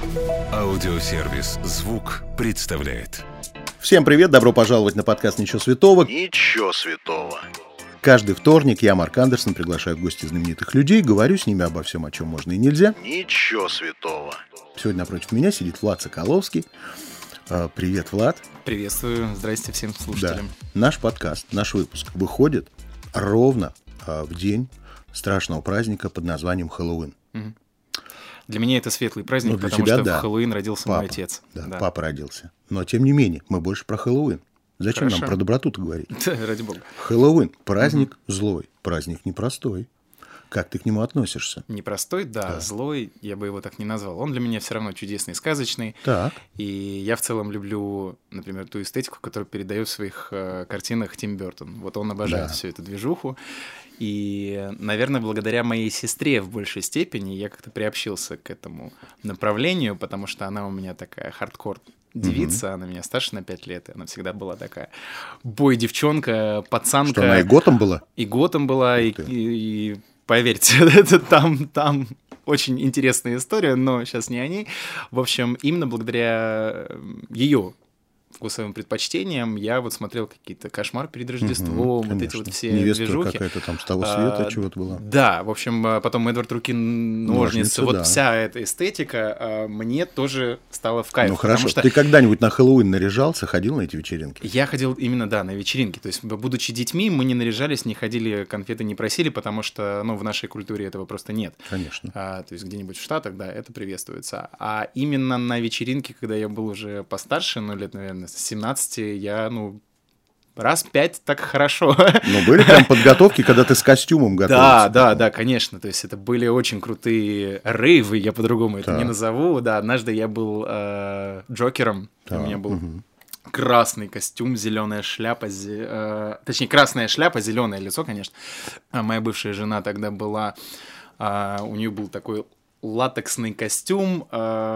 Аудиосервис «Звук» представляет. Всем привет, добро пожаловать на подкаст «Ничего святого». Ничего святого. Каждый вторник я, Марк Андерсон, приглашаю в гости знаменитых людей, говорю с ними обо всем, о чем можно и нельзя. Ничего святого. Сегодня напротив меня сидит Влад Соколовский. Привет, Влад. Приветствую, здрасте всем слушателям. Да. Наш подкаст, наш выпуск выходит ровно в день страшного праздника под названием Хэллоуин. Угу. Для меня это светлый праздник, для потому тебя, что да. в Хэллоуин родился Папа, мой отец. Да, папа родился. Но, тем не менее, мы больше про Хэллоуин. Зачем Хорошо. нам про доброту-то говорить? Да, ради бога. Хэллоуин – праздник злой, праздник непростой. Как ты к нему относишься? Непростой, да, злой, я бы его так не назвал. Он для меня все равно чудесный, сказочный. Так. И я в целом люблю, например, ту эстетику, которую передает в своих картинах Тим Бёртон. Вот он обожает всю эту движуху. И, наверное, благодаря моей сестре в большей степени я как-то приобщился к этому направлению, потому что она у меня такая хардкор девица, она меня старше на 5 лет, и она всегда была такая бой-девчонка, пацанка. Что, она и готом была? И готом была, и поверьте, это там очень интересная история, но сейчас не о ней. В общем, именно благодаря ее вкусовым предпочтениям я вот смотрел какие-то «Кошмар перед Рождеством», вот эти вот все невеста движухи. Какая-то там с того света чего-то была. Да, в общем, потом Эдвард Руки-ножницы, вот да. вся эта эстетика мне тоже стала в кайф. Ну хорошо, что ты когда-нибудь на Хэллоуин наряжался, ходил на эти вечеринки? я ходил именно, да, на вечеринки. То есть, будучи детьми, мы не наряжались, не ходили, конфеты не просили, потому что, в нашей культуре этого просто нет. Конечно. То есть, где-нибудь в Штатах, да, это приветствуется. А именно на вечеринке, когда я был уже постарше, лет, наверное, с 17, я, раз 5 так хорошо. Но были прям подготовки, когда ты с костюмом готовился? Да, конечно. То есть это были очень крутые рейвы, я по-другому это не назову. Да, однажды я был Джокером, у меня был красный костюм, зеленая шляпа, точнее, красная шляпа, зеленое лицо, конечно. Моя бывшая жена тогда была, у нее был такой латексный костюм,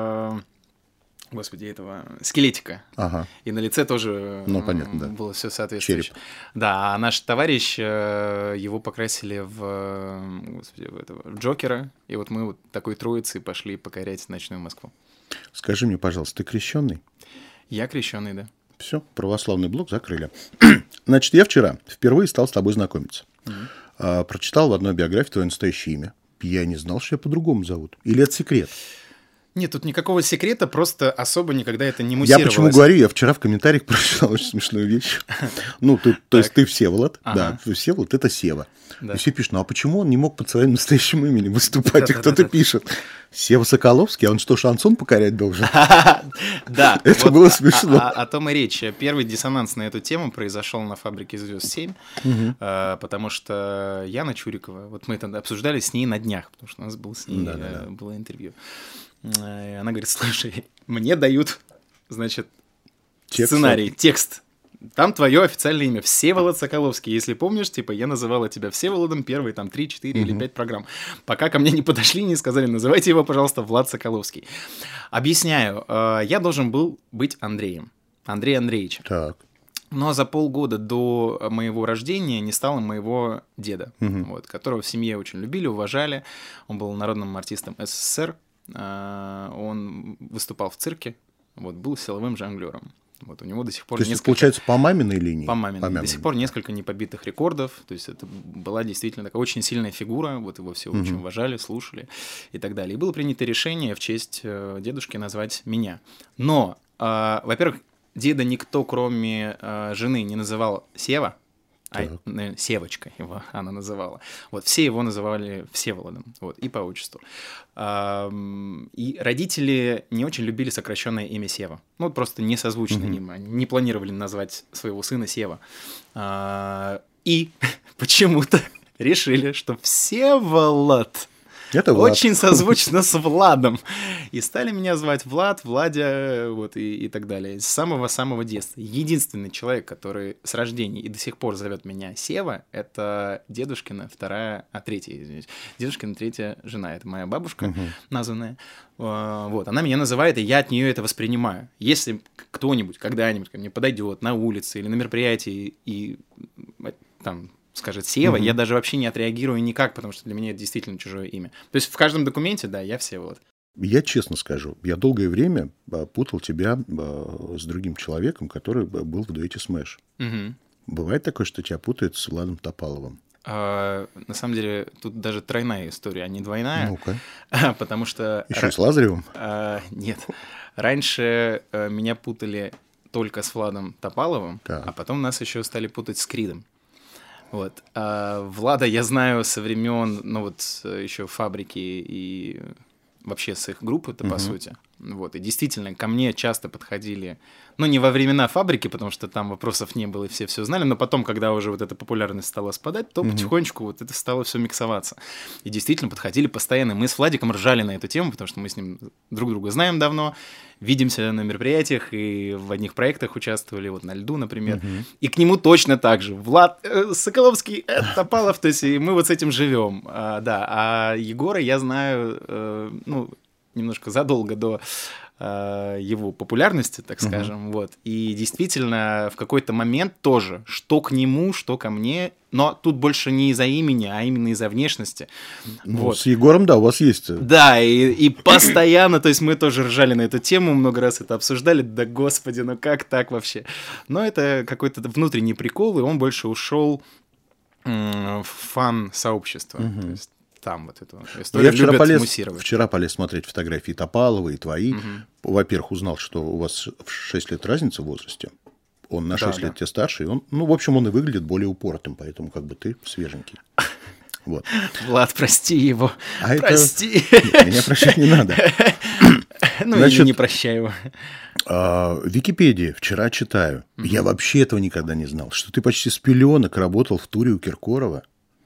господи, этого скелетика. Ага. И на лице тоже понятно, да. было все соответствующе. Череп. Да, а наш товарищ, его покрасили в Джокера, и вот мы вот такой троицей пошли покорять ночную Москву. Скажи мне, пожалуйста, ты крещенный? Я крещеный, да. Все, православный блок закрыли. Значит, я вчера впервые стал с тобой знакомиться. Прочитал в одной биографии твое настоящее имя. Я не знал, что тебя по-другому зовут. Или это секрет? Нет, тут никакого секрета, просто особо никогда это не муссировалось. Я почему говорю, я вчера в комментариях прочитал очень смешную вещь. То есть ты Всеволод, да, Всеволод — это Сева. И все пишут, а почему он не мог под своим настоящим именем выступать? И кто-то пишет, Сева Соколовский, а он что, шансон покорять должен? Да. Это было смешно. О том и речь. Первый диссонанс на эту тему произошел на «Фабрике звезд 7», потому что Яна Чурикова, вот мы это обсуждали с ней на днях, потому что у нас было с ней было интервью. И она говорит, слушай, мне дают, значит, сценарий, текст. Там твое официальное имя Всеволод Соколовский. Если помнишь, я называла тебя Всеволодом первые 3, 4 или 5 программ. Пока ко мне не подошли, не сказали, называйте его, пожалуйста, Влад Соколовский. Объясняю, я должен был быть Андреем. Андрей Андреевич. Так. Но за полгода до моего рождения не стало моего деда, которого в семье очень любили, уважали. Он был народным артистом СССР. Он выступал в цирке, был силовым жонглером. У него до сих пор то есть, получается, по маминой линии? По маминой. До сих пор несколько непобитых рекордов. То есть это была действительно такая очень сильная фигура. Его все очень уважали, слушали и так далее. И было принято решение в честь дедушки назвать меня. Но, во-первых, деда никто, кроме жены, не называл Сева. Наверное, Севочка его она называла. Все его называли Всеволодом, и по отчеству. И родители не очень любили сокращенное имя Сева. Просто не созвучно им. Они не планировали назвать своего сына Сева. И почему-то решили, что Всеволод Это Влад. Очень созвучно с Владом. И стали меня звать Влад, Владя, и так далее. С самого-самого детства. Единственный человек, который с рождения и до сих пор зовет меня Сева, это дедушкина дедушкина третья жена. Это моя бабушка, названная. Она меня называет, и я от нее это воспринимаю. Если кто-нибудь когда-нибудь ко мне подойдет на улице или на мероприятии и там скажет Сева, я даже вообще не отреагирую никак, потому что для меня это действительно чужое имя. То есть в каждом документе, да, я Всеволод. Я честно скажу, я долгое время путал тебя с другим человеком, который был в дуэте Smash. Угу. Бывает такое, что тебя путают с Владом Топаловым? На самом деле, тут даже тройная история, а не двойная. Ну-ка. Потому что... Еще и с Лазаревым? Нет. Раньше меня путали только с Владом Топаловым, Так. а потом нас еще стали путать с Кридом. Вот. Влада я знаю со времен, еще «Фабрики» и вообще с их группы-то, по сути. Вот. И действительно, ко мне часто подходили, не во времена «Фабрики», потому что там вопросов не было, и все знали, но потом, когда уже вот эта популярность стала спадать, то потихонечку вот это стало все миксоваться. И действительно подходили постоянно. Мы с Владиком ржали на эту тему, потому что мы с ним друг друга знаем давно, видимся на мероприятиях и в одних проектах участвовали, вот на льду, например. И к нему точно так же. Влад Соколовский, Топалов, то есть и мы вот с этим живем. А Егора я знаю, немножко задолго до его популярности, так скажем, вот. И действительно, в какой-то момент тоже, что к нему, что ко мне, но тут больше не из-за имени, а именно из-за внешности. Вот. С Егором, да, у вас есть. Да, и постоянно, то есть мы тоже ржали на эту тему, много раз это обсуждали, да господи, как так вообще? Но это какой-то внутренний прикол, и он больше ушел в фан-сообщество, то есть там вот эту историю любят муссировать. Вчера полез смотреть фотографии Топалова и твои. Во-первых, узнал, что у вас в 6 лет разница в возрасте. Он на 6 лет тебя старше, и он, в общем, он и выглядит более упоротым, поэтому как бы ты свеженький. Вот. Влад, прости его. Прости. Нет, меня прощать не надо. Значит, не прощай его. Википедия вчера читаю. Я вообще этого никогда не знал, что ты почти с пеленок работал в туре у Киркорова.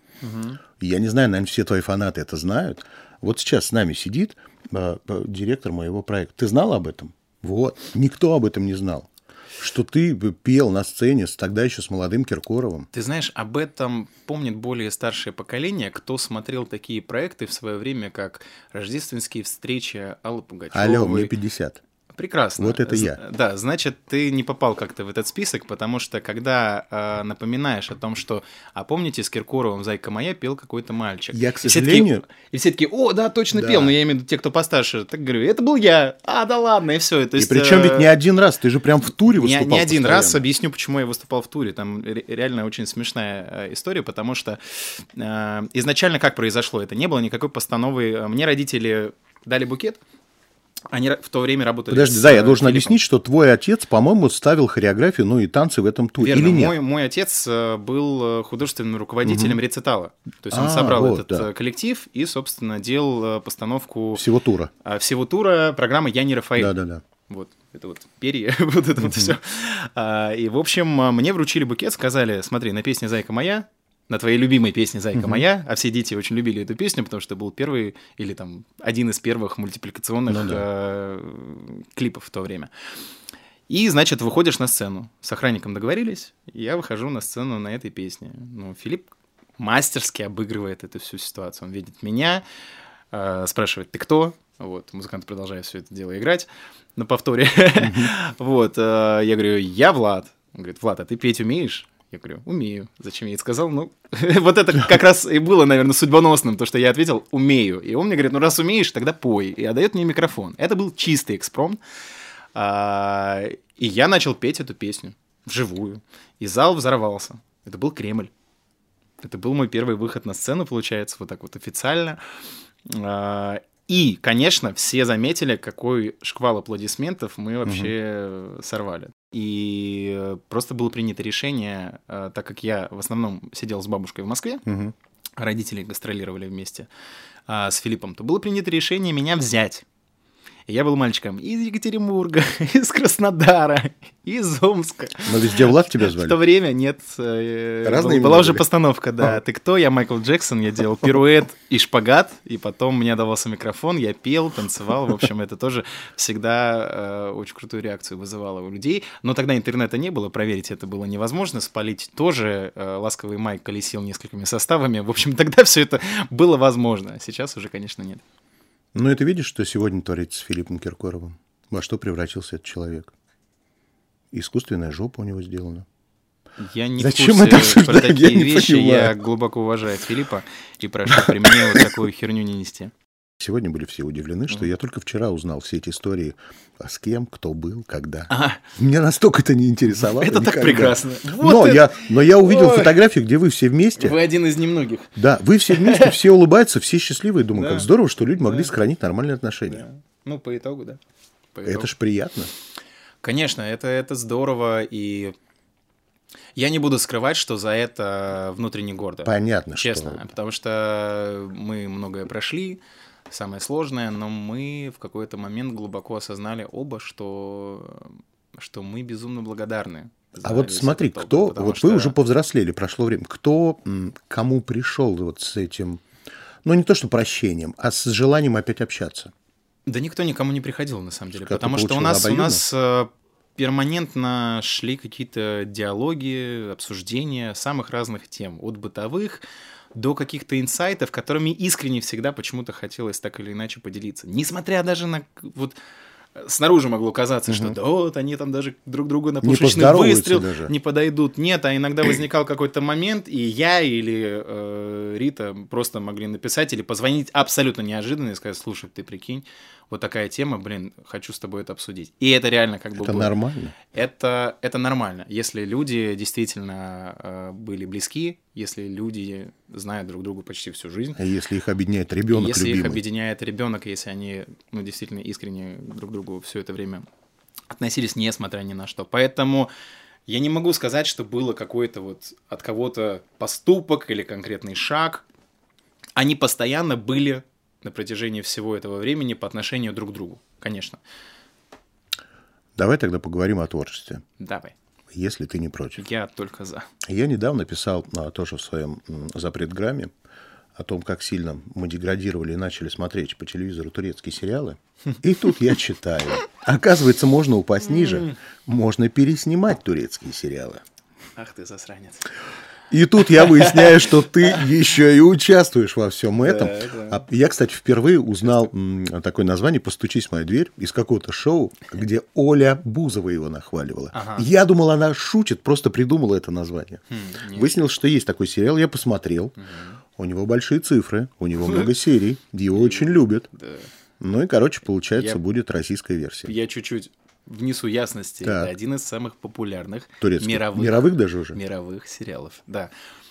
Я не знаю, наверное, все твои фанаты это знают. Вот сейчас с нами сидит директор моего проекта. Ты знал об этом? Вот. Никто об этом не знал. Что ты пел на сцене тогда еще с молодым Киркоровым. Ты знаешь, об этом помнит более старшее поколение, кто смотрел такие проекты в свое время, как «Рождественские встречи» Аллы Пугачевой. Алло, мне 50. Прекрасно. Вот это я. Да, значит, ты не попал как-то в этот список, потому что когда напоминаешь о том, что, помните, с Киркоровым «Зайка моя» пел какой-то мальчик. Я, к сожалению... И все такие, о, да, точно пел, но я имею в виду те, кто постарше. Так говорю, это был я. Да ладно, и все. То есть, и причем ведь не один раз, ты же прям в туре выступал. Не один раз, объясню, почему я выступал в туре. Там реально очень смешная история, потому что изначально как произошло? Это не было никакой постановы. Мне родители дали букет. Они в то время работали. Подожди, да, я должен объяснить, что твой отец, по-моему, ставил хореографию, и танцы в этом туре. Верно. Или нет? Мой отец был художественным руководителем рецитала. То есть он собрал этот коллектив и, собственно, делал постановку всего тура. Всего тура программы «Я не Рафаэль». Да. Вот, это вот перья, вот это вот все. И, в общем, мне вручили букет, сказали, смотри, на песне «Зайка моя», на твоей любимой песне «Зайка моя», а все дети очень любили эту песню, потому что был первый или там один из первых мультипликационных клипов в то время. И, значит, выходишь на сцену. С охранником договорились, и я выхожу на сцену на этой песне. Филипп мастерски обыгрывает эту всю ситуацию. Он видит меня, спрашивает, ты кто? Вот, музыкант продолжает все это дело играть на повторе. Вот, я говорю, я Влад. Он говорит, Влад, а ты петь умеешь? Я говорю, умею. Зачем я это сказал? Вот это как раз и было, наверное, судьбоносным, то, что я ответил, умею. И он мне говорит, раз умеешь, тогда пой. И отдает мне микрофон. Это был чистый экспромт. И я начал петь эту песню вживую. И зал взорвался. Это был Кремль. Это был мой первый выход на сцену, получается, вот так вот официально. И, конечно, все заметили, какой шквал аплодисментов мы вообще сорвали. И просто было принято решение, так как я в основном сидел с бабушкой в Москве, родители гастролировали вместе с Филиппом, то было принято решение меня взять. И я был мальчиком из Екатеринбурга, из Краснодара, из Омска. Но везде Влад тебя звали? В то время нет. Была уже постановка, да. «Ты кто?» Я Майкл Джексон, я делал пируэт и шпагат, и потом мне давался микрофон, я пел, танцевал. В общем, это тоже всегда очень крутую реакцию вызывало у людей. Но тогда интернета не было, проверить это было невозможно. Спалить тоже. Ласковый Майк колесил несколькими составами. В общем, тогда все это было возможно. Сейчас уже, конечно, нет. Ну, и ты видишь, что сегодня творится с Филиппом Киркоровым? Во что превратился этот человек? Искусственная жопа у него сделана. Я не в курсе про такие вещи. Я глубоко уважаю Филиппа и прошу при мне вот такую херню не нести. сегодня были все удивлены, что я только вчера узнал все эти истории, с кем, кто был, когда. Меня настолько это не интересовало. Это так прекрасно. Но я увидел фотографию, где вы все вместе. Вы один из немногих. Да, вы все вместе, все улыбаются, все счастливые. Думаю, как здорово, что люди могли сохранить нормальные отношения. Ну, по итогу, да. Это ж приятно. Конечно, это здорово, и я не буду скрывать, что за это внутренне гордо. Понятно, честно, потому что мы многое прошли, самое сложное, но мы в какой-то момент глубоко осознали оба, что мы безумно благодарны. А вот смотри, кто, вот вы уже повзрослели, прошло время, кто кому пришел вот с этим, ну не то что прощением, а с желанием опять общаться? Да никто никому не приходил, на самом деле, потому что у нас перманентно шли какие-то диалоги, обсуждения самых разных тем, от бытовых до каких-то инсайтов, которыми искренне всегда почему-то хотелось так или иначе поделиться. Несмотря даже на... Вот, снаружи могло казаться, что да вот они там даже друг другу на пушечный выстрел не подойдут. Нет, а иногда возникал какой-то момент, и я или Рита просто могли написать или позвонить абсолютно неожиданно и сказать: слушай, ты прикинь, вот такая тема, блин, хочу с тобой это обсудить. И это реально как бы... Это нормально? Это нормально. Если люди действительно были близки, если люди знают друг друга почти всю жизнь. А если их объединяет ребенок если любимый? Их объединяет ребенок, если они действительно искренне друг к другу все это время относились, несмотря ни на что. Поэтому я не могу сказать, что было какой-то вот от кого-то поступок или конкретный шаг. Они постоянно были на протяжении всего этого времени по отношению друг к другу, конечно. Давай тогда поговорим о творчестве. Давай. Если ты не против. Я только за. Я недавно писал тоже в своем запретграмме о том, как сильно мы деградировали и начали смотреть по телевизору турецкие сериалы. И тут я читаю. Оказывается, можно упасть ниже. Можно переснимать турецкие сериалы. Ах ты засранец. И тут я выясняю, что ты еще и участвуешь во всем этом. Да. Я, кстати, впервые узнал такое название «Постучись в мою дверь» из какого-то шоу, где Оля Бузова его нахваливала. Ага. Я думал, она шутит, просто придумала это название. Выяснилось, что есть такой сериал, я посмотрел. У него большие цифры, у него много серий, его очень любят. Ну и, короче, получается, будет российская версия. Я чуть-чуть внесу ясности. Так. Это один из самых популярных мировых даже уже? Мировых сериалов, да.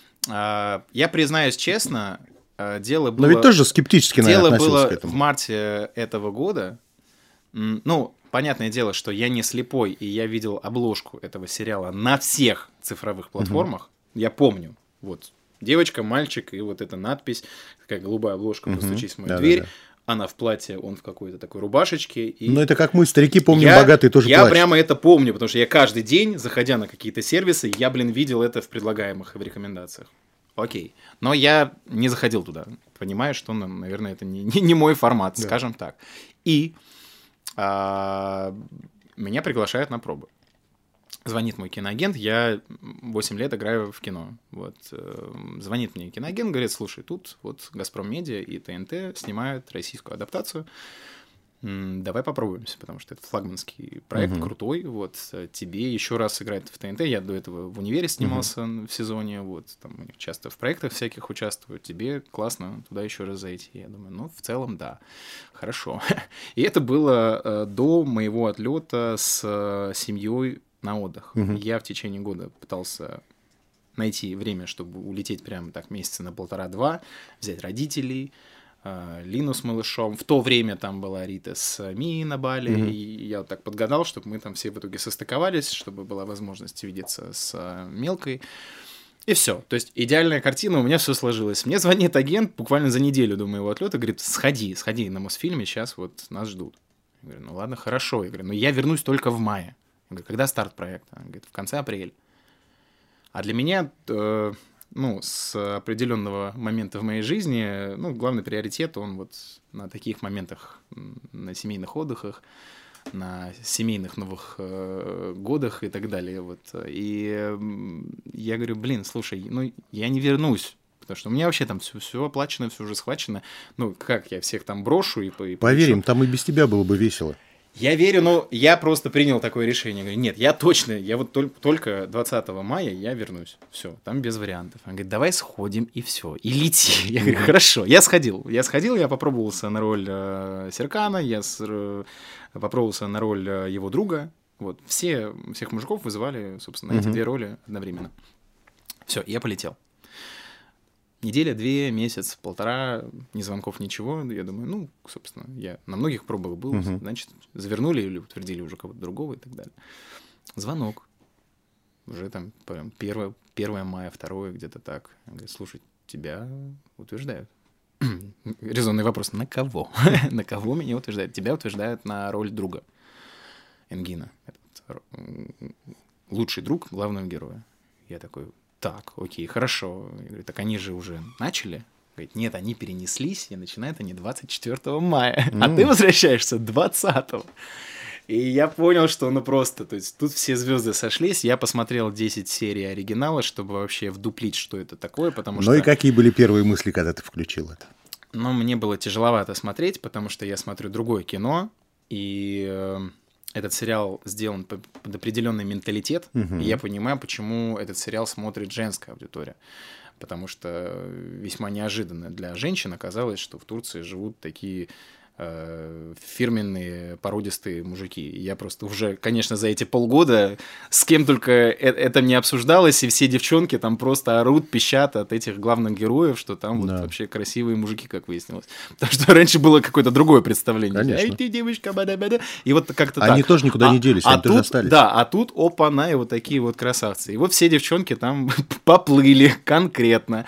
Я признаюсь честно, дело было... Но ведь тоже скептически, наверное, относился к этому. Дело было в марте этого года. Ну, понятное дело, что я не слепой, и я видел обложку этого сериала на всех цифровых платформах. Я помню. Вот девочка, мальчик, и вот эта надпись, такая голубая обложка «Постучись в мою дверь». Да. Она в платье, он в какой-то такой рубашечке. И ну, это как мы, старики, помним, богатые тоже плачут. Я прямо это помню, потому что я каждый день, заходя на какие-то сервисы, я, видел это в предлагаемых, в рекомендациях. Окей. Но я не заходил туда, понимая, что, наверное, это не мой формат, скажем так. И меня приглашают на пробы. Звонит мой киноагент, я 8 лет играю в кино. Вот. Звонит мне киноагент, говорит: слушай, тут вот «Газпром Медиа» и ТНТ снимают российскую адаптацию. Давай попробуемся, потому что это флагманский проект, крутой. Вот. Тебе еще раз играть в ТНТ. Я до этого в универе снимался в сезоне. Вот. Там у них часто в проектах всяких участвую. Тебе классно туда еще раз зайти. Я думаю, ну, в целом, да. Хорошо. И это было до моего отлета с семьей на отдых. Я в течение года пытался найти время, чтобы улететь прямо так месяца на 1,5-2, взять родителей, Лину с малышом. В то время там была Рита с Мией на Бали, и я вот так подгадал, чтобы мы там все в итоге состыковались, чтобы была возможность видеться с мелкой. И все. То есть идеальная картина, у меня все сложилось. Мне звонит агент буквально за неделю до моего отлета, говорит: сходи на Мосфильме, сейчас вот нас ждут. Я говорю: ну ладно, хорошо. Я говорю: но я вернусь только в мае. Я говорю: когда старт проекта? Он говорит: в конце апреля. А для меня, с определенного момента в моей жизни, главный приоритет, он вот на таких моментах, на семейных отдыхах, на семейных Новых годах и так далее. Вот. И я говорю: блин, слушай, я не вернусь, потому что у меня вообще там все оплачено, все уже схвачено. Как я всех там брошу и поверь им, там и без тебя было бы весело. Я верю, но я просто принял такое решение. Говорю, нет, я вот только 20 мая я вернусь. Все, там без вариантов. Он говорит, давай сходим и все, и лети. Я говорю, хорошо. Я сходил, я попробовался на роль Серкана, попробовался на роль его друга. Вот, всех мужиков вызывали, собственно, эти две роли одновременно. Все, я полетел. Неделя, 2, месяц, 1,5, ни звонков, ничего. Я думаю, собственно, я на многих пробах был, значит, завернули или утвердили уже кого-то другого и так далее. Звонок. Уже там 1 мая, 2, где-то так. Он говорит, слушай, тебя утверждают. Резонный вопрос, на кого? На кого меня утверждают? Тебя утверждают на роль друга Энгина. Лучший друг главного героя. Я такой... Так, окей, хорошо. Я говорю, так они же уже начали? Говорит, нет, они перенеслись, и начинают они 24 мая, а ты возвращаешься 20-го. И я понял, что просто, то есть тут все звезды сошлись, я посмотрел 10 серий оригинала, чтобы вообще вдуплить, что это такое, потому что... Ну и какие были первые мысли, когда ты включил это? Ну, мне было тяжеловато смотреть, потому что я смотрю другое кино, и... Этот сериал сделан под определенный менталитет, и я понимаю, почему этот сериал смотрит женская аудитория. Потому что весьма неожиданно для женщин оказалось, что в Турции живут такие фирменные породистые мужики. И я просто уже, конечно, за эти полгода с кем только это не обсуждалось, и все девчонки там просто орут, пищат от этих главных героев, что там вот вообще красивые мужики, как выяснилось. Потому что раньше было какое-то другое представление. Конечно. Эй, ты девочка, бада-бада. И вот как-то они так. тоже никуда не делись, они тоже остались. Да, а тут опа-на, и вот такие вот красавцы. И вот все девчонки там поплыли конкретно.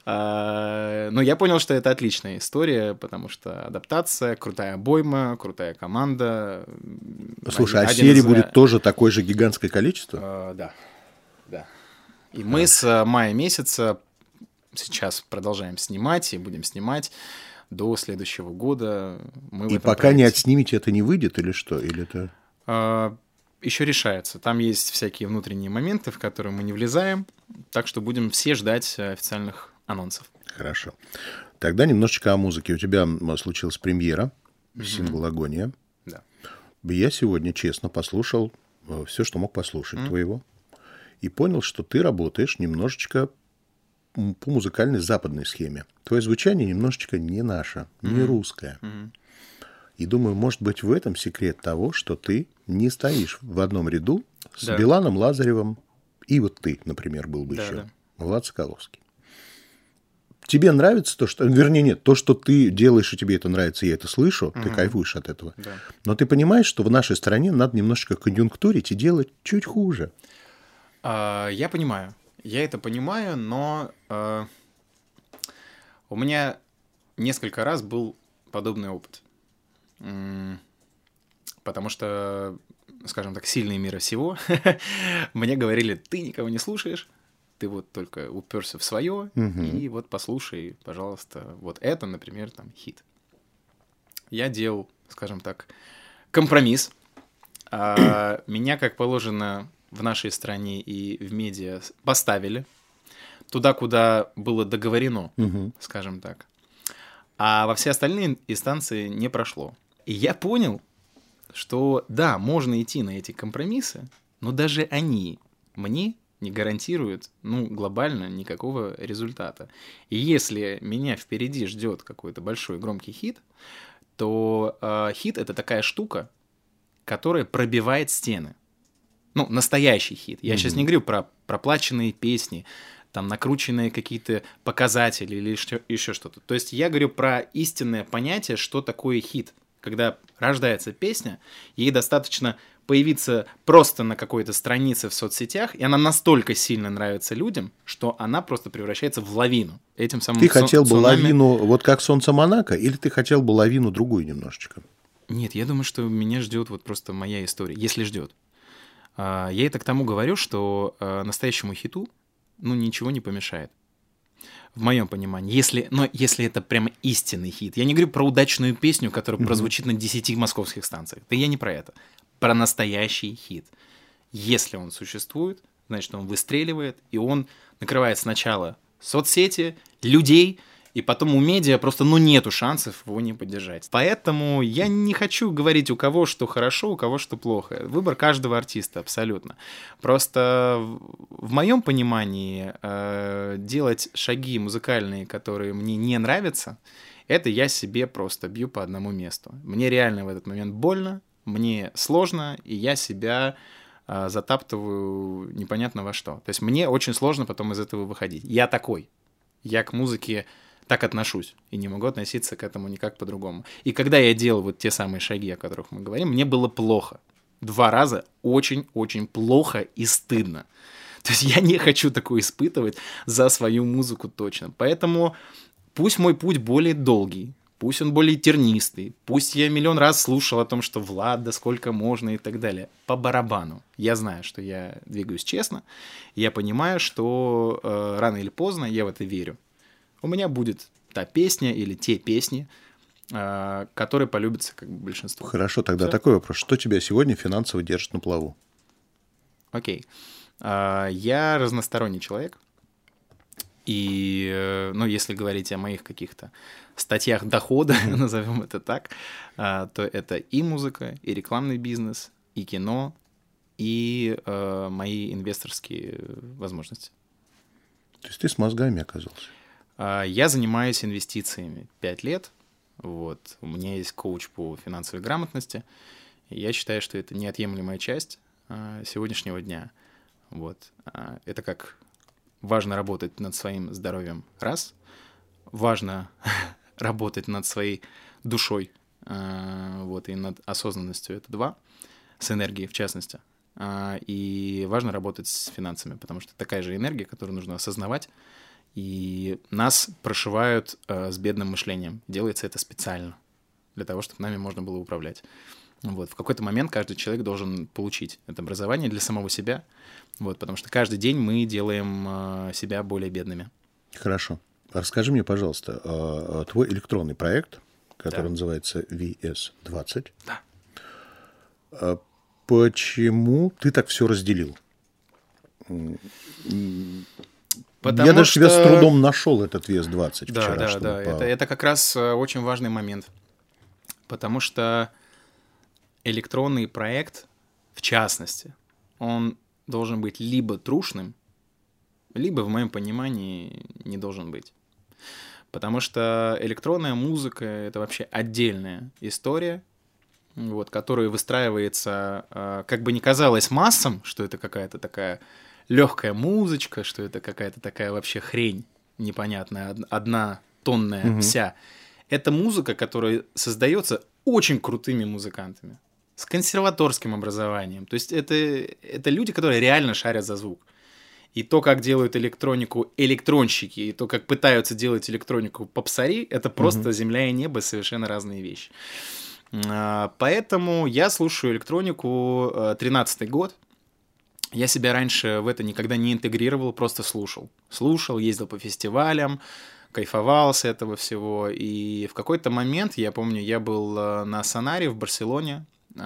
Но я понял, что это отличная история, потому что адаптация, крутая обойма, крутая команда. Слушай, а серий будет тоже такое же гигантское количество? Да. И мы с мая месяца сейчас продолжаем снимать и будем снимать до следующего года. И пока не отснимете, это не выйдет или что? Или это... Еще решается. Там есть всякие внутренние моменты, в которые мы не влезаем, так что будем все ждать официальных анонсов. Хорошо. Тогда немножечко о музыке. У тебя случилась премьера сингла «Агония». Да. Я сегодня, честно, послушал все, что мог послушать твоего, и понял, что ты работаешь немножечко по музыкальной западной схеме. Твое звучание немножечко не наше, не русское. И думаю, может быть, в этом секрет того, что ты не стоишь в одном ряду с Биланом, Лазаревым, и вот ты, например, был бы еще, Влад Соколовский. Тебе нравится то, что... Вернее, нет, то, что ты делаешь, и тебе это нравится, я это слышу, ты кайфуешь от этого. Да. Но ты понимаешь, что в нашей стране надо немножечко конъюнктурить и делать чуть хуже. Я понимаю. Я это понимаю, но у меня несколько раз был подобный опыт. Потому что, скажем так, сильные мира всего мне говорили, ты никого не слушаешь, ты вот только уперся в свое, и вот послушай, пожалуйста, вот это, например, там, хит. Я делал, скажем так, компромисс. Меня, как положено, в нашей стране и в медиа поставили туда, куда было договорено, скажем так. А во все остальные инстанции не прошло. И я понял, что да, можно идти на эти компромиссы, но даже они мне не гарантируют, глобально никакого результата. И если меня впереди ждет какой-то большой громкий хит, то хит — это такая штука, которая пробивает стены. Настоящий хит. Я сейчас не говорю про проплаченные песни, там накрученные какие-то показатели или еще что-то. То есть я говорю про истинное понятие, что такое хит. Когда рождается песня, ей достаточно появиться просто на какой-то странице в соцсетях, и она настолько сильно нравится людям, что она просто превращается в лавину. Этим самым ты хотел бы лавину, вот как «Солнце Монако», или ты хотел бы лавину другую немножечко? Нет, я думаю, что меня ждет вот просто моя история, если ждет. Я это к тому говорю, что настоящему хиту, ничего не помешает. В моем понимании, если это прямо истинный хит. Я не говорю про удачную песню, которая прозвучит на 10 московских станциях. Да я не про это. Про настоящий хит. Если он существует, значит, он выстреливает, и он накрывает сначала соцсети, людей, И потом у медиа просто, нету шансов его не поддержать. Поэтому я не хочу говорить, у кого что хорошо, у кого что плохо. Выбор каждого артиста, абсолютно. Просто в моем понимании делать шаги музыкальные, которые мне не нравятся, это я себе просто бью по одному месту. Мне реально в этот момент больно, мне сложно, и я себя затаптываю непонятно во что. То есть мне очень сложно потом из этого выходить. Я такой. Я к музыке так отношусь и не могу относиться к этому никак по-другому. И когда я делал вот те самые шаги, о которых мы говорим, мне было плохо. 2 раза очень-очень плохо и стыдно. То есть я не хочу такое испытывать за свою музыку точно. Поэтому пусть мой путь более долгий, пусть он более тернистый, пусть я миллион раз слушал о том, что Влад, да сколько можно и так далее. По барабану. Я знаю, что я двигаюсь честно. Я понимаю, что рано или поздно, я в это верю, у меня будет та песня или те песни, которые полюбятся как бы большинству. Хорошо, тогда Всё? такой вопрос. Что тебя сегодня финансово держит на плаву? Окей. Я разносторонний человек. И, если говорить о моих каких-то статьях дохода, назовем это так, то это и музыка, и рекламный бизнес, и кино, и мои инвесторские возможности. То есть ты с мозгами оказался? Я занимаюсь инвестициями 5 лет. Вот. У меня есть коуч по финансовой грамотности. И я считаю, что это неотъемлемая часть сегодняшнего дня. Вот. Это как важно работать над своим здоровьем, раз. Важно работать над своей душой, вот, и над осознанностью, это 2. С энергией, в частности. И важно работать с финансами, потому что такая же энергия, которую нужно осознавать. И нас прошивают с бедным мышлением. Делается это специально, для того, чтобы нами можно было управлять. Вот. В какой-то момент каждый человек должен получить это образование для самого себя, вот, потому что каждый день мы делаем себя более бедными. Хорошо. Расскажи мне, пожалуйста, твой электронный проект, который называется VS20. Да. Почему ты так все разделил? Потому Я даже что... себя с трудом нашел, этот VS20 Да, вчерашний. да. Это как раз очень важный момент. Потому что электронный проект, в частности, он должен быть либо трушным, либо, в моем понимании, не должен быть. Потому что электронная музыка — это вообще отдельная история, вот, которая выстраивается, как бы ни казалось массам, что это какая-то такая легкая музычка, что это какая-то такая вообще хрень непонятная, однотонная вся. Это музыка, которая создается очень крутыми музыкантами, с консерваторским образованием. То есть это люди, которые реально шарят за звук. И то, как делают электронику электронщики, и то, как пытаются делать электронику попсари, это просто земля и небо, совершенно разные вещи. Поэтому я слушаю электронику 13-й год. Я себя раньше в это никогда не интегрировал, просто слушал. Слушал, ездил по фестивалям, кайфовал с этого всего. И в какой-то момент, я помню, я был на Сонаре в Барселоне.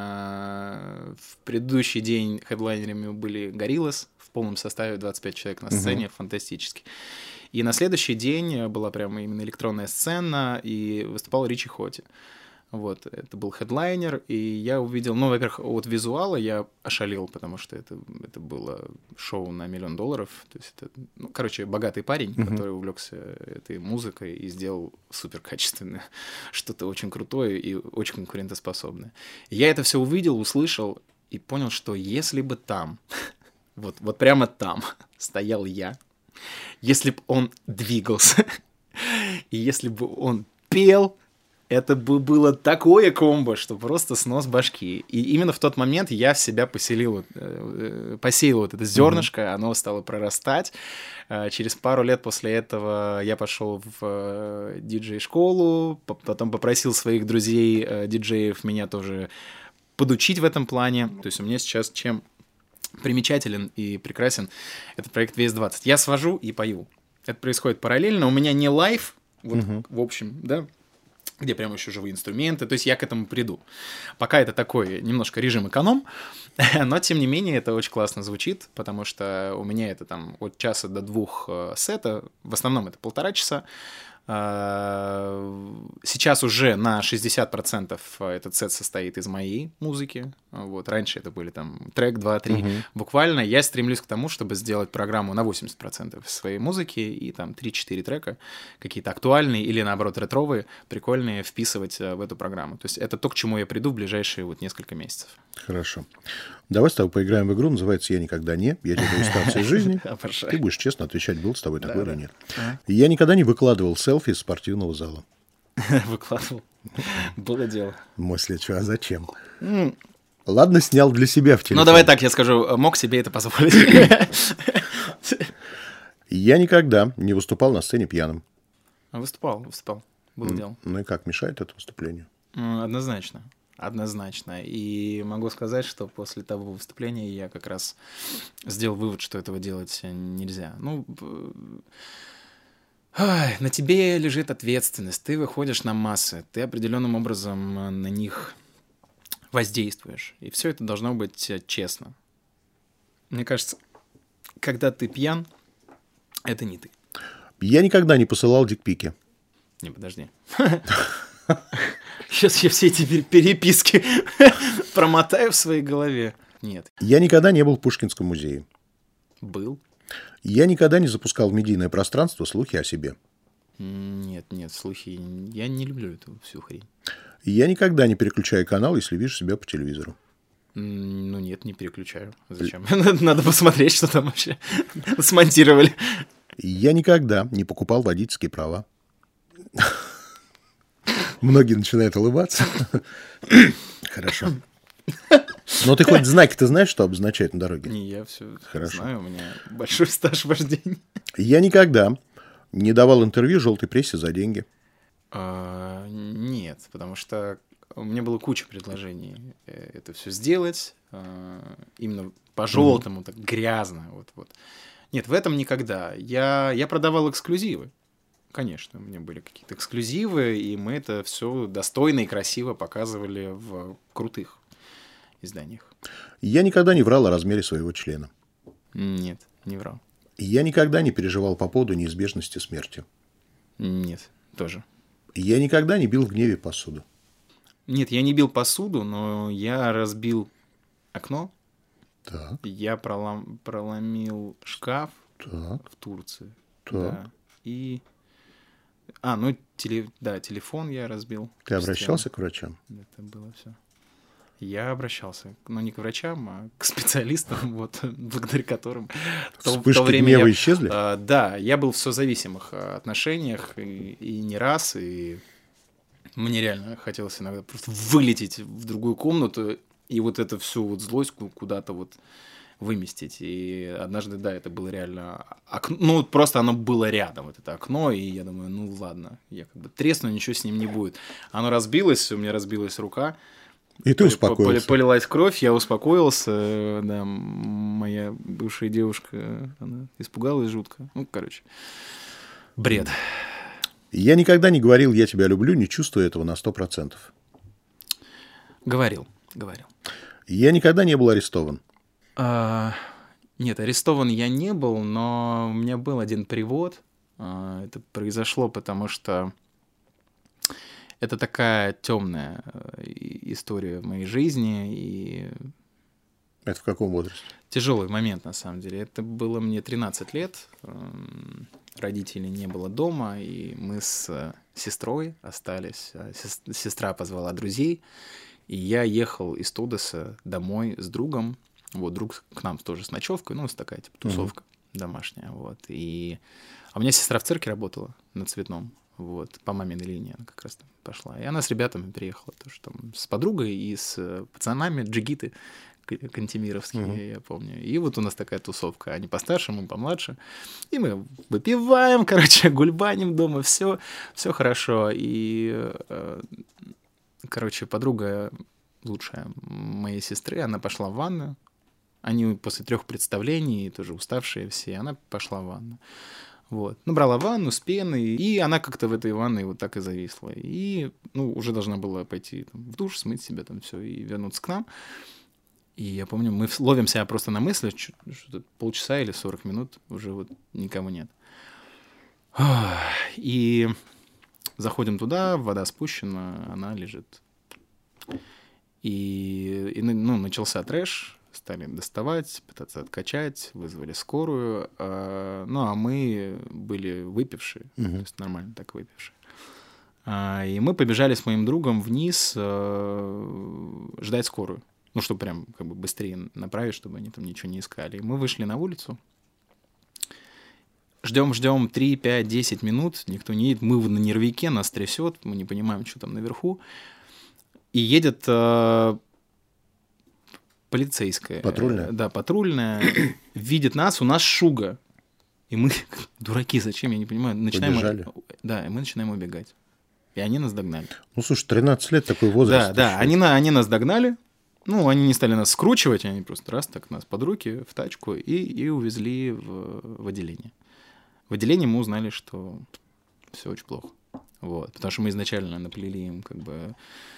В предыдущий день хедлайнерами были Gorillaz в полном составе, 25 человек на сцене, фантастически. И на следующий день была прямо именно электронная сцена, и выступал Ричи Хотти. Вот, это был хедлайнер, и я увидел, во-первых, от визуала я ошалел, потому что это было шоу на $1 миллион. То есть это, богатый парень, который увлекся этой музыкой и сделал суперкачественное, что-то очень крутое и очень конкурентоспособное. И я это все увидел, услышал и понял, что если бы там, вот прямо там стоял я, если бы он двигался, и если бы он пел, это бы было такое комбо, что просто снос башки. И именно в тот момент я в себя посеял вот это зернышко, оно стало прорастать. Через пару лет после этого я пошел в диджей-школу, потом попросил своих друзей-диджеев меня тоже подучить в этом плане. То есть у меня сейчас чем примечателен и прекрасен этот проект VS20. Я свожу и пою. Это происходит параллельно. У меня не лайв, в общем, да, где прямо еще живые инструменты, то есть я к этому приду. Пока это такой немножко режим эконом, но тем не менее это очень классно звучит, потому что у меня это там от часа до 2 сета, в основном это 1,5 часа, Сейчас уже на 60% этот сет состоит из моей музыки. Вот. Раньше это были там трек, 2, 3. Буквально я стремлюсь к тому, чтобы сделать программу на 80% своей музыки и там 3-4 трека, какие-то актуальные или, наоборот, ретровые, прикольные, вписывать в эту программу. То есть это то, к чему я приду в ближайшие вот несколько месяцев. Хорошо. Давай с тобой поиграем в игру, называется «Я никогда не». Я тебе даю ситуацию из жизни. Ты будешь честно отвечать, был с тобой такой или нет. Я никогда не выкладывал селфи из спортивного зала. Выкладывал. Было дело. Мысли, что, а зачем? Ладно, снял для себя в телефон. Ну, давай так, я скажу, мог себе это позволить. Я никогда не выступал на сцене пьяным. Выступал. Было дело. Ну и как, мешает это выступлению? Однозначно. И могу сказать, что после того выступления я как раз сделал вывод, что этого делать нельзя. Ну, на тебе лежит ответственность. Ты выходишь на массы, ты определенным образом на них воздействуешь. И все это должно быть честно. Мне кажется, когда ты пьян, это не ты. Я никогда не посылал дикпики. Не, подожди. Сейчас я все эти переписки промотаю в своей голове. Нет. Я никогда не был в Пушкинском музее. Был. Я никогда не запускал в медийное пространство слухи о себе. Нет, слухи. Я не люблю эту всю хрень. Я никогда не переключаю канал, если вижу себя по телевизору. Ну нет, не переключаю. Зачем? Надо посмотреть, что там вообще смонтировали. Я никогда не покупал водительские права. Многие начинают улыбаться. Хорошо. Но ты хоть знаки-то знаешь, что обозначает на дороге? Не, я все знаю, у меня большой стаж вождения. Я никогда не давал интервью желтой прессе за деньги. Нет, потому что у меня было куча предложений это все сделать, именно по-желтому, так грязно. Вот. Нет, в этом никогда. Я продавал эксклюзивы. Конечно, у меня были какие-то эксклюзивы, и мы это все достойно и красиво показывали в крутых изданиях. Я никогда не врал о размере своего члена. Нет, не врал. Я никогда не переживал по поводу неизбежности смерти. Нет, тоже. Я никогда не бил в гневе посуду. Нет, я не бил посуду, но я разбил окно. Так. Я проломил шкаф в Турции. Так. Да. И... телефон я разбил. Ты обращался к врачам? Это было все. Я обращался, но не к врачам, а к специалистам, вот, благодаря которым... Вспышки гнева исчезли? Да, я был в созависимых отношениях и не раз, и мне реально хотелось иногда просто вылететь в другую комнату и вот эту всю вот злость куда-то вот выместить. И однажды, да, это было реально окно, ну, просто оно было рядом, вот это окно, и я думаю, ну, ладно, я как бы тресну, ничего с ним не будет. Оно разбилось, у меня разбилась рука. И ты успокоился. Полилась кровь, я успокоился, да, моя бывшая девушка, она испугалась жутко. Ну, короче, бред. Я никогда не говорил «я тебя люблю», не чувствуя этого на 100%. Говорил. Я никогда не был арестован. Нет, арестован я не был, но у меня был один привод. Это произошло, потому что это такая темная история в моей жизни. И... Это в каком возрасте? Тяжелый момент, на самом деле. Это было мне 13 лет. Родителей не было дома, и мы с сестрой остались. Сестра позвала друзей, и я ехал из Тодеса домой с другом. Вот, друг к нам тоже с ночевкой, ну, такая, типа, тусовка домашняя, вот. А у меня сестра в цирке работала на Цветном, вот, по маминой линии она как раз там пошла. И она с ребятами приехала тоже там с подругой и с пацанами, джигиты кантемировские, я помню. И вот у нас такая тусовка, они постарше, мы помладше. И мы выпиваем, короче, гульбаним дома, все хорошо. И, короче, подруга лучшая моей сестры, она пошла в ванную. Они после 3 представлений, тоже уставшие все, она пошла в ванну. Вот. Набрала ванну с пеной, и она как-то в этой ванной вот так и зависла. И, ну, уже должна была пойти там, в душ, смыть себя там все и вернуться к нам. И я помню, мы ловим себя просто на мысли, что полчаса или 40 минут уже вот никого нет. И Заходим туда, вода спущена, она лежит. И начался трэш, стали доставать, пытаться откачать, вызвали скорую. А мы были выпившие, то есть нормально так выпившие. И мы побежали с моим другом вниз ждать скорую. Ну, чтобы прям как бы быстрее направить, чтобы они там ничего не искали. И мы вышли на улицу. Ждем 3, 5, 10 минут, никто не едет. Мы на нервике, нас трясет, мы не понимаем, что там наверху. И едет полицейская. Патрульная? Да, патрульная. Видит нас, у нас шуга. И мы, дураки, зачем, я не понимаю. Побежали. Да, и мы начинаем убегать. И они нас догнали. Ну, слушай, 13 лет такой возраст. Да, они нас догнали. Ну, они не стали нас скручивать, они просто раз так нас под руки в тачку и увезли в отделение. В отделении мы узнали, что все очень плохо. Вот. Потому что мы изначально наплели им как бы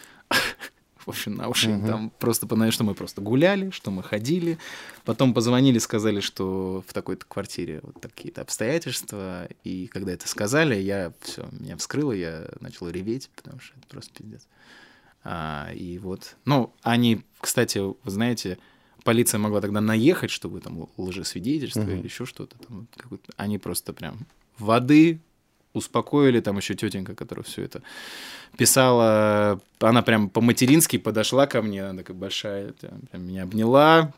в общем, на уши. Там просто понятно, что мы просто гуляли, что мы ходили. Потом позвонили, сказали, что в такой-то квартире вот такие-то обстоятельства. И когда это сказали, меня вскрыло, я начал реветь, потому что это просто пиздец. И вот. Ну, они, кстати, вы знаете, полиция могла тогда наехать, чтобы там лжесвидетельство или еще что-то. Там, они просто прям воды успокоили. Там еще тетенька, которая все это писала, она прям по-матерински подошла ко мне, она такая большая, прям меня обняла.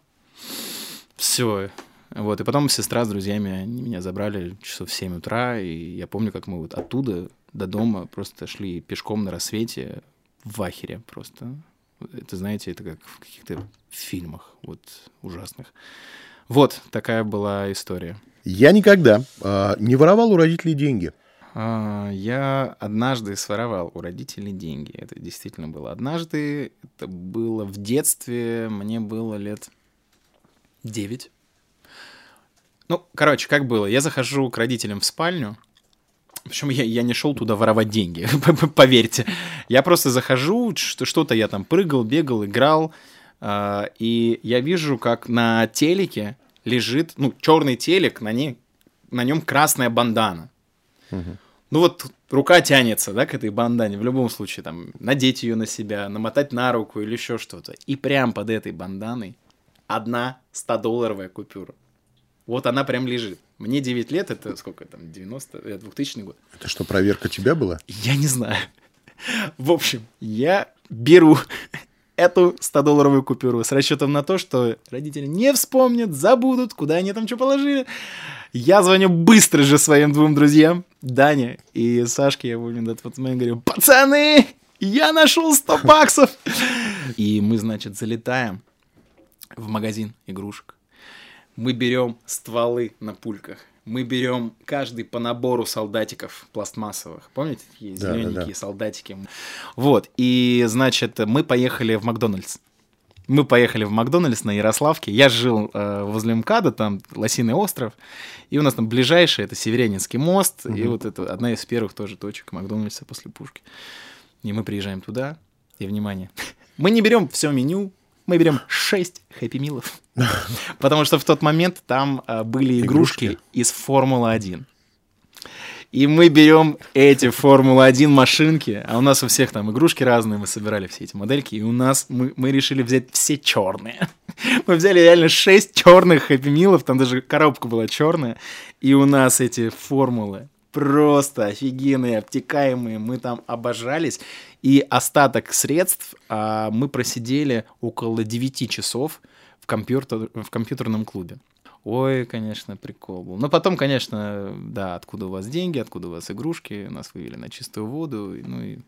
Все. Вот. И потом сестра с друзьями они меня забрали часов в 7 утра. И я помню, как мы вот оттуда до дома просто шли пешком на рассвете в ахере просто. Это, знаете, это как в каких-то фильмах вот ужасных. Вот такая была история. Я никогда не воровал у родителей деньги. Я однажды своровал у родителей деньги. Это действительно было однажды. Это было в детстве. Мне было лет 9. Ну, короче, как было? Я захожу к родителям в спальню. Причем я не шел туда воровать деньги, поверьте. Я просто захожу, что-то я там прыгал, бегал, играл. И я вижу, как на телеке лежит, черный телек, на нем красная бандана. Ну вот рука тянется, да, к этой бандане. В любом случае, там, надеть ее на себя, намотать на руку или еще что-то. И прям под этой банданой одна 100-долларовая купюра. Вот она прям лежит. Мне 9 лет, это сколько там, 2000 год. Это что, проверка тебя была? Я не знаю. В общем, я беру эту 100-долларовую купюру с расчетом на то, что родители не вспомнят, забудут, куда они там что положили. Я звоню быстро же своим 2 друзьям, Дане и Сашке, я помню, на тот момент говорю: пацаны, я нашел 100 баксов. И мы, значит, залетаем в магазин игрушек. Мы берем стволы на пульках. Мы берем каждый по набору солдатиков пластмассовых. Помните, такие зелененькие солдатики? Вот. И, значит, мы поехали в Макдональдс. Мы поехали в Макдональдс на Ярославке. Я жил возле МКАДа, там Лосиный остров. И у нас там ближайший — это Северянинский мост. И вот это одна из первых тоже точек Макдональдса после Пушки. И мы приезжаем туда. И, внимание, мы не берем все меню. Мы берем 6 хэппи-милов. Потому что в тот момент там были игрушки из Формулы-1. И мы берем эти Формулы-1 машинки, а у нас у всех там игрушки разные, мы собирали все эти модельки, и у нас мы решили взять все черные. Мы взяли реально 6 черных хэппи-милов, там даже коробка была черная, и у нас эти формулы просто офигенные, обтекаемые, мы там обожались. И остаток средств мы просидели около 9 часов в компьютерном клубе. Ой, конечно, прикол был. Но потом, конечно, да, откуда у вас деньги, откуда у вас игрушки, нас вывели на чистую воду, ну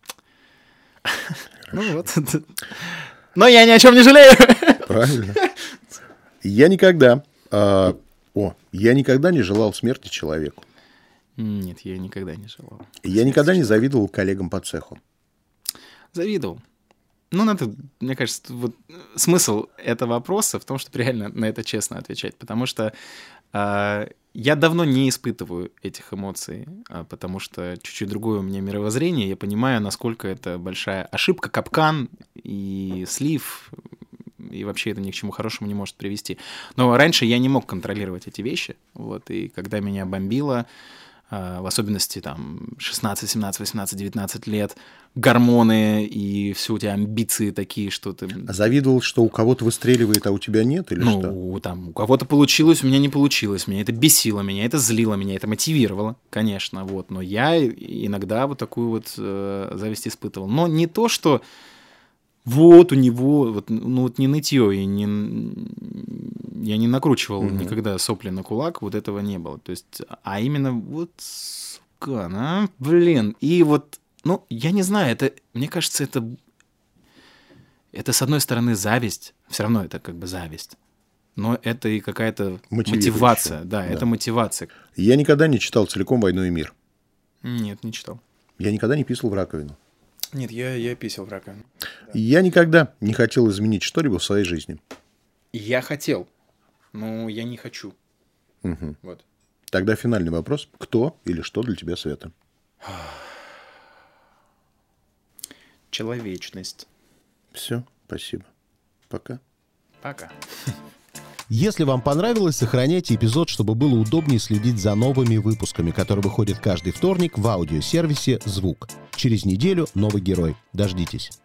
вот. Но я ни о чем не жалею. Правильно. Я никогда не желал смерти человеку. Нет, я никогда не желал. Я никогда не завидовал коллегам по цеху. Завидовал. Ну, надо, мне кажется, вот смысл этого вопроса в том, чтобы реально на это честно отвечать, потому что я давно не испытываю этих эмоций, потому что чуть-чуть другое у меня мировоззрение, я понимаю, насколько это большая ошибка, капкан и слив, и вообще это ни к чему хорошему не может привести. Но раньше я не мог контролировать эти вещи, вот, и когда меня бомбило, в особенности там 16, 17, 18, 19 лет, гормоны и все у тебя амбиции такие, что ты... А завидовал, что у кого-то выстреливает, а у тебя нет, или что? Ну, там, у кого-то получилось, у меня не получилось, меня это бесило, меня это злило, меня это мотивировало, конечно, вот, но я иногда вот такую вот зависть испытывал. Но не то, что вот у него, вот, ну вот не нытье, я не накручивал никогда сопли на кулак, вот этого не было. То есть, а именно вот, сука, блин. И вот, ну, я не знаю, это, мне кажется, это с одной стороны зависть, все равно это как бы зависть. Но это и какая-то мотивация. Да, это мотивация. Я никогда не читал целиком «Войну и мир». Нет, не читал. Я никогда не писал в раковину. Нет, я писал в раковину. Я никогда не хотел изменить что-либо в своей жизни. Я хотел, но я не хочу. Вот. Тогда финальный вопрос. Кто или что для тебя Света? Человечность. Все, спасибо. Пока. Пока. Если вам понравилось, сохраняйте эпизод, чтобы было удобнее следить за новыми выпусками, которые выходят каждый вторник в аудиосервисе «Звук». Через неделю новый герой. Дождитесь.